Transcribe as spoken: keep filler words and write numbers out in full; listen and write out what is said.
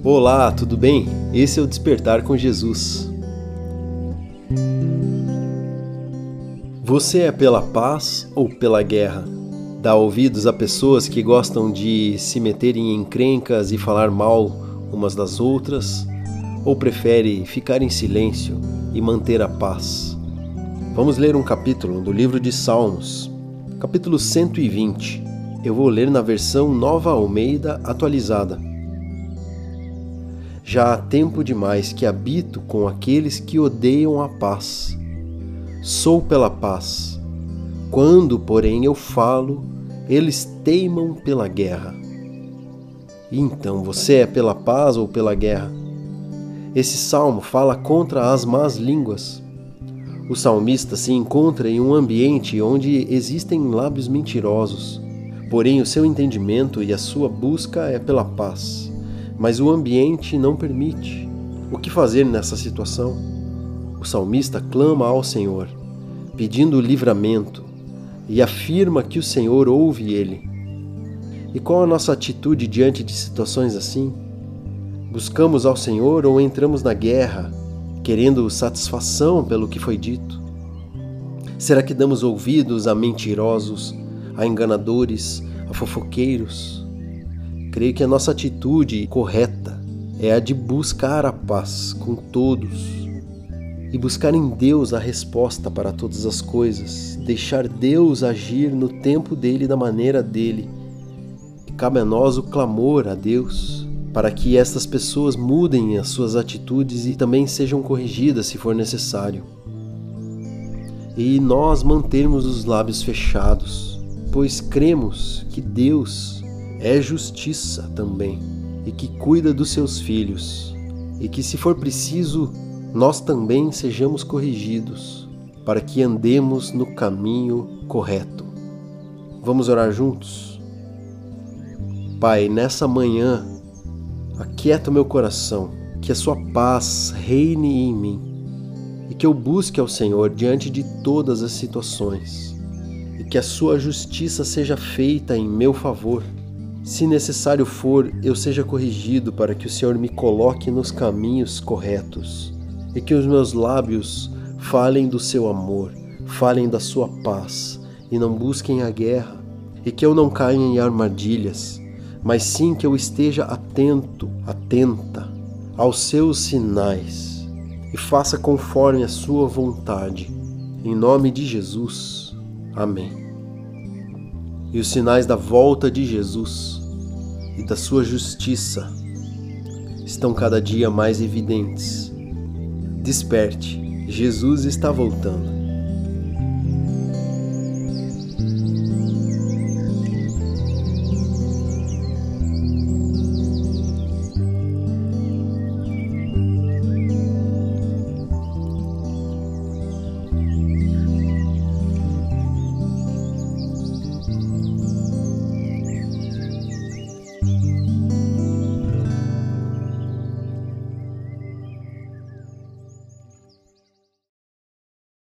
Olá, tudo bem? Esse é o Despertar com Jesus. Você é pela paz ou pela guerra? Dá ouvidos a pessoas que gostam de se meterem em encrencas e falar mal umas das outras? Ou prefere ficar em silêncio e manter a paz? Vamos ler um capítulo do livro de Salmos, capítulo cento e vinte. Eu vou ler na versão Nova Almeida atualizada. Já há tempo demais que habito com aqueles que odeiam a paz. Sou pela paz. Quando, porém, eu falo, eles teimam pela guerra. Então, você é pela paz ou pela guerra? Esse salmo fala contra as más línguas. O salmista se encontra em um ambiente onde existem lábios mentirosos, porém o seu entendimento e a sua busca é pela paz. Mas o ambiente não permite. O que fazer nessa situação? O salmista clama ao Senhor, pedindo livramento, e afirma que o Senhor ouve ele. E qual a nossa atitude diante de situações assim? Buscamos ao Senhor ou entramos na guerra, querendo satisfação pelo que foi dito? Será que damos ouvidos a mentirosos, a enganadores, a fofoqueiros? Creio que a nossa atitude correta é a de buscar a paz com todos e buscar em Deus a resposta para todas as coisas, deixar Deus agir no tempo dele e da maneira dele. E cabe a nós o clamor a Deus para que estas pessoas mudem as suas atitudes e também sejam corrigidas se for necessário. E nós mantermos os lábios fechados, pois cremos que Deus é justiça também, e que cuida dos seus filhos, e que se for preciso, nós também sejamos corrigidos, para que andemos no caminho correto. Vamos orar juntos? Pai, nessa manhã, aquieta o meu coração, que a sua paz reine em mim, e que eu busque ao Senhor diante de todas as situações, e que a sua justiça seja feita em meu favor. Se necessário for, eu seja corrigido para que o Senhor me coloque nos caminhos corretos e que os meus lábios falem do seu amor, falem da sua paz e não busquem a guerra, e que eu não caia em armadilhas, mas sim que eu esteja atento, atenta aos seus sinais e faça conforme a sua vontade. Em nome de Jesus. Amém. E os sinais da volta de Jesus e da sua justiça estão cada dia mais evidentes. Desperte, Jesus está voltando.